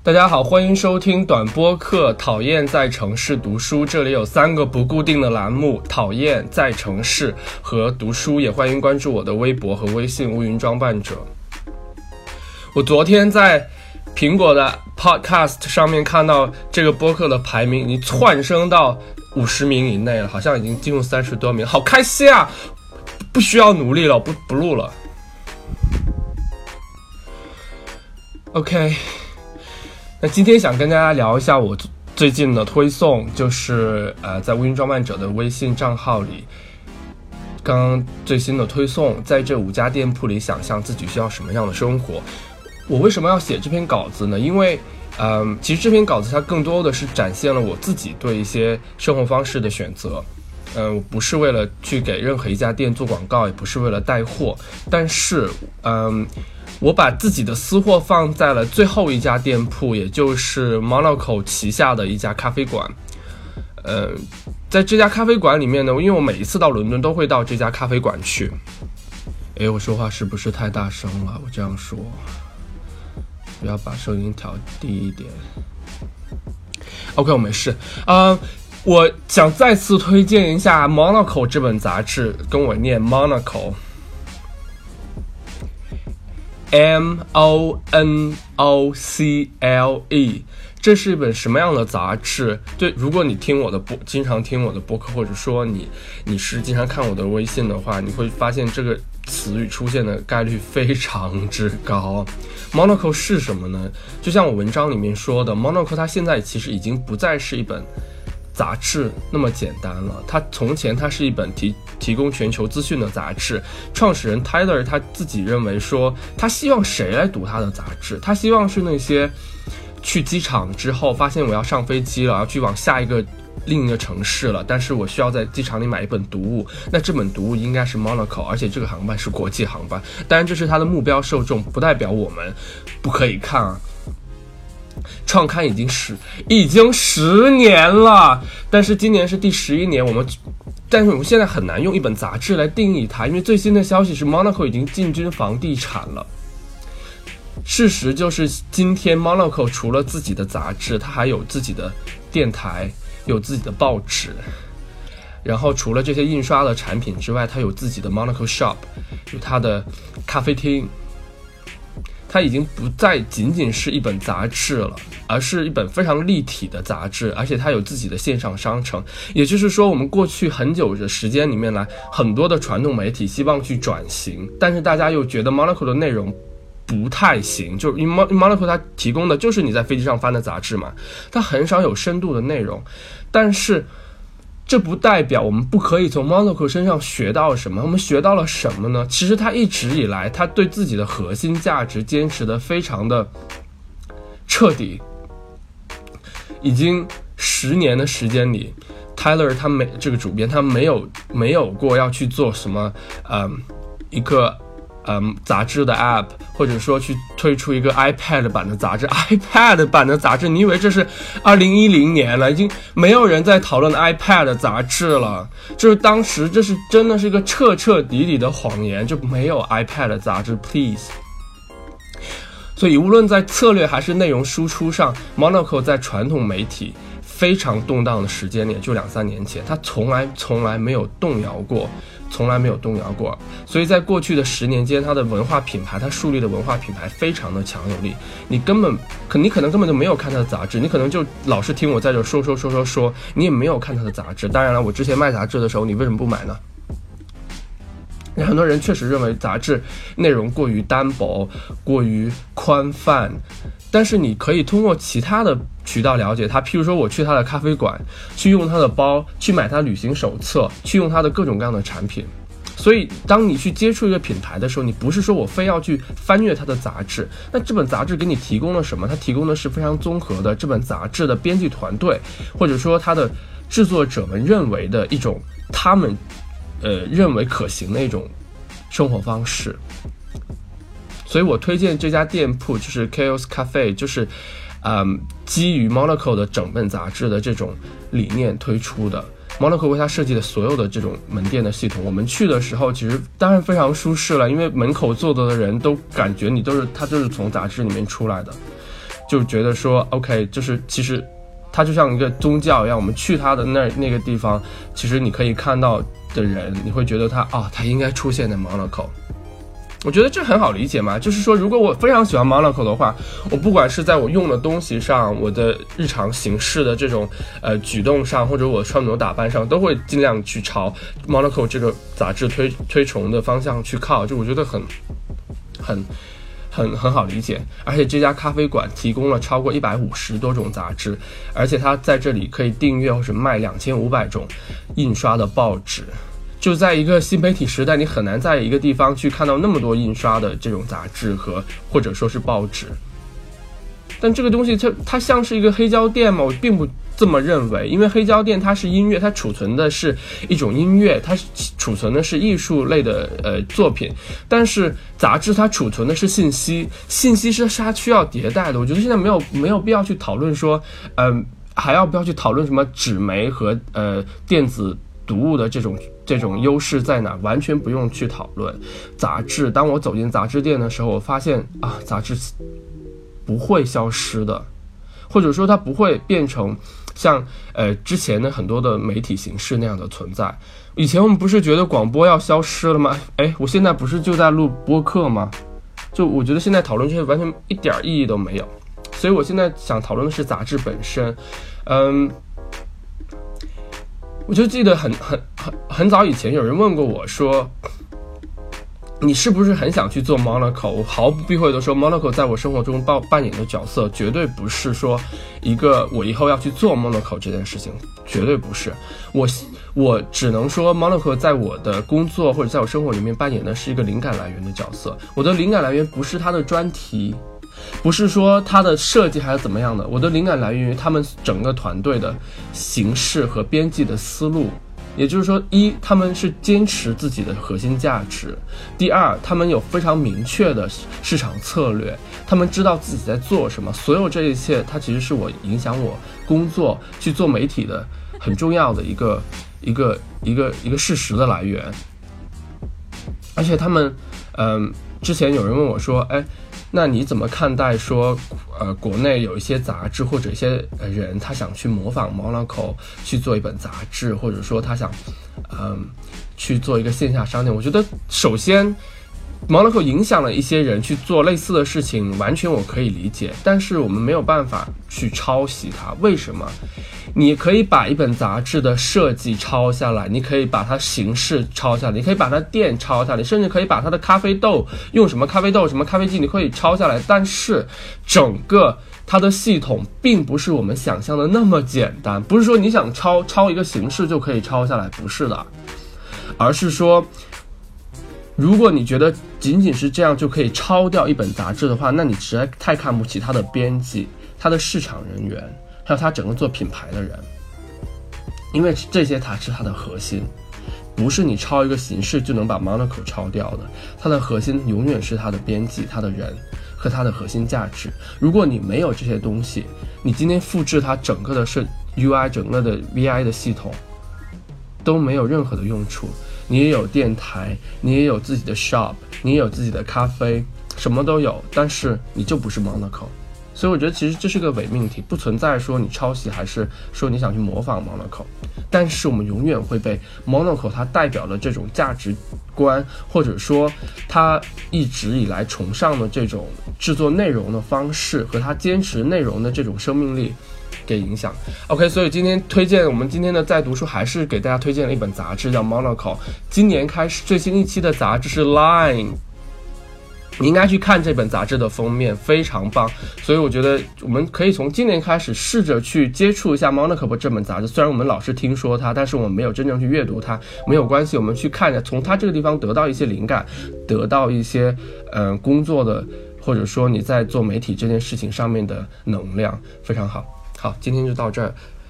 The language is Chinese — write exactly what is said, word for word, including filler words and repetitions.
大家好，欢迎收听短播客讨厌在城市读书，这里有三个不固定的栏目，讨厌在城市和读书，也欢迎关注我的微博和微信乌云装扮者。我昨天在苹果的 podcast 上面看到这个播客的排名已经窜升到五十名以内了，好像已经进入三十多名，好开心啊！不需要努力了，不不录了。OK， 那今天想跟大家聊一下我最近的推送，就是呃，在乌云装扮者的微信账号里，刚刚最新的推送，在这五家店铺里想象自己需要什么样的生活。我为什么要写这篇稿子呢？因为嗯，其实这篇稿子它更多的是展现了我自己对一些生活方式的选择。嗯，我不是为了去给任何一家店做广告，也不是为了带货，但是嗯，我把自己的私货放在了最后一家店铺，也就是 Monaco 旗下的一家咖啡馆。嗯，在这家咖啡馆里面呢，因为我每一次到伦敦都会到这家咖啡馆去。诶，我说话是不是太大声了？我这样说，不要把声音调低一点。OK， 我没事。呃，我想再次推荐一下 Monaco 这本杂志，跟我念 Monaco。M O N O C L E， 这是一本什么样的杂志？对，如果你听我的播，经常听我的播客，或者说你你是经常看我的微信的话，你会发现这个词语出现的概率非常之高。Monaco 是什么呢？就像我文章里面说的 ，Monaco 它现在其实已经不再是一本杂志那么简单了，它从前它是一本提提供全球资讯的杂志。创始人 Tyler 他自己认为说，他希望谁来读他的杂志？他希望是那些去机场之后发现我要上飞机了，要去往下一个另一个城市了，但是我需要在机场里买一本读物，那这本读物应该是 Monaco， 而且这个航班是国际航班。当然这是他的目标受众，不代表我们不可以看啊。创刊已经十已经十年了，但是今年是第十一年，我们但是我们现在很难用一本杂志来定义它，因为最新的消息是 Monaco 已经进军房地产了。事实就是今天 Monaco 除了自己的杂志，它还有自己的电台，有自己的报纸，然后除了这些印刷的产品之外，它有自己的 Monaco Shop， 有它的咖啡厅。它已经不再仅仅是一本杂志了，而是一本非常立体的杂志，而且它有自己的线上商城。也就是说，我们过去很久的时间里面来，很多的传统媒体希望去转型，但是大家又觉得 Monaco 的内容不太行，就是因为 Monaco 它提供的就是你在飞机上翻的杂志嘛，它很少有深度的内容。但是这不代表我们不可以从 Monaco 身上学到什么。我们学到了什么呢？其实他一直以来，他对自己的核心价值坚持的非常的彻底。已经十年的时间里 ，Tyler 他没这个主编，他没有没有过要去做什么，嗯，一个嗯杂志的 app， 或者说去推出一个 iPad 版的杂志。iPad 版的杂志，你以为这是二零一零年了？已经没有人在讨论 iPad 杂志了。就是当时这是真的是一个彻彻底底的谎言，就没有 iPad 杂志 please。所以无论在策略还是内容输出上， Monaco 在传统媒体非常动荡的时间里，就两三年前，他从来从来没有动摇过。从来没有动摇过，所以在过去的十年间，它的文化品牌，它树立的文化品牌非常的强有力。你根本可你可能根本就没有看它的杂志，你可能就老是听我在这说说说说说，你也没有看它的杂志。当然了，我之前卖杂志的时候，你为什么不买呢？很多人确实认为杂志内容过于单薄，过于宽泛，但是你可以通过其他的渠道了解它，譬如说我去他的咖啡馆，去用他的包，去买他旅行手册，去用他的各种各样的产品。所以当你去接触一个品牌的时候，你不是说我非要去翻阅它的杂志，那这本杂志给你提供了什么？它提供的是非常综合的这本杂志的编辑团队，或者说它的制作者们认为的一种他们呃认为可行的一种生活方式。所以我推荐这家店铺就是 Chaos Cafe， 就是嗯，基于 Monaco 的整本杂志的这种理念推出的。Monaco 为他设计的所有的这种门店的系统，我们去的时候其实当然非常舒适了，因为门口坐的人都感觉你都是他就是从杂志里面出来的， 就觉得说 OK， 就是其实它就像一个宗教一样，我们去它的那那个地方，其实你可以看到的人，你会觉得他啊，他应该出现在 Monaco。我觉得这很好理解嘛，就是说，如果我非常喜欢 Monaco 的话，我不管是在我用的东西上，我的日常行事的这种呃举动上，或者我穿着打扮上，都会尽量去朝 Monaco 这个杂志推推崇的方向去靠，就我觉得很很很很好理解。而且这家咖啡馆提供了超过一百五十多种杂志，而且它在这里可以订阅或者卖两千五百种印刷的报纸。就在一个新媒体时代，你很难在一个地方去看到那么多印刷的这种杂志和或者说是报纸。但这个东西它它像是一个黑胶店吗？我并不这么认为，因为黑胶店它是音乐，它储存的是一种音乐，它储存的是艺术类的呃作品，但是杂志它储存的是信息，信息是它需要迭代的。我觉得现在没有没有必要去讨论说，嗯、呃，还要不要去讨论什么纸媒和呃电子读物的这种这种优势在哪，完全不用去讨论。杂志，当我走进杂志店的时候，我发现啊，杂志不会消失的，或者说它不会变成像呃之前的很多的媒体形式那样的存在。以前我们不是觉得广播要消失了吗？哎，我现在不是就在录播客吗？就我觉得现在讨论这些完全一点意义都没有。所以我现在想讨论的是杂志本身。嗯。我就记得很很很很早以前有人问过我说，你是不是很想去做 Monaco？ 我毫不避讳的说 Monaco 在我生活中扮扮演的角色绝对不是说一个我以后要去做 Monaco 这件事情，绝对不是。我我只能说 Monaco 在我的工作或者在我生活里面扮演的是一个灵感来源的角色。我的灵感来源不是它的专题，不是说它的设计还是怎么样的，我的灵感来源于他们整个团队的形式和编辑的思路。也就是说，一，他们是坚持自己的核心价值；第二，他们有非常明确的市场策略，他们知道自己在做什么。所有这一切，它其实是我影响我工作去做媒体的很重要的一个一个一个一个事实的来源。而且他们，嗯、呃，之前有人问我说，哎。那你怎么看待说，呃，国内有一些杂志或者一些人，他想去模仿 Monaco 去做一本杂志，或者说他想，嗯、呃，去做一个线下商店？我觉得首先 Monaco 影响了一些人去做类似的事情，完全我可以理解，但是我们没有办法去抄袭它。为什么？你可以把一本杂志的设计抄下来，你可以把它形式抄下来，你可以把它店抄下来，你甚至可以把它的咖啡豆用什么咖啡豆什么咖啡机你可以抄下来，但是整个它的系统并不是我们想象的那么简单，不是说你想抄抄一个形式就可以抄下来，不是的，而是说如果你觉得仅仅是这样就可以抄掉一本杂志的话，那你实在太看不起它的编辑、它的市场人员，还有他整个做品牌的人，因为这些才是它的核心，不是你抄一个形式就能把 Monaco 抄掉的。它的核心永远是它的编辑、它的人和它的核心价值。如果你没有这些东西，你今天复制它整个的是 U I 整个的 V I 的系统都没有任何的用处。你也有电台，你也有自己的 shop， 你也有自己的咖啡，什么都有，但是你就不是 Monaco。所以我觉得其实这是个伪命题，不存在说你抄袭还是说你想去模仿 Monaco， 但是我们永远会被 Monaco 它代表的这种价值观，或者说它一直以来崇尚的这种制作内容的方式和它坚持内容的这种生命力给影响。 OK， 所以今天推荐我们今天的再读书还是给大家推荐了一本杂志叫 Monaco， 今年开始最新一期的杂志是 Line，你应该去看这本杂志的封面，非常棒。所以我觉得我们可以从今年开始试着去接触一下 Monaco 这本杂志，虽然我们老是听说它，但是我们没有真正去阅读它，没有关系，我们去看一下，从它这个地方得到一些灵感，得到一些嗯、呃、工作的，或者说你在做媒体这件事情上面的能量，非常好。好，今天就到这儿。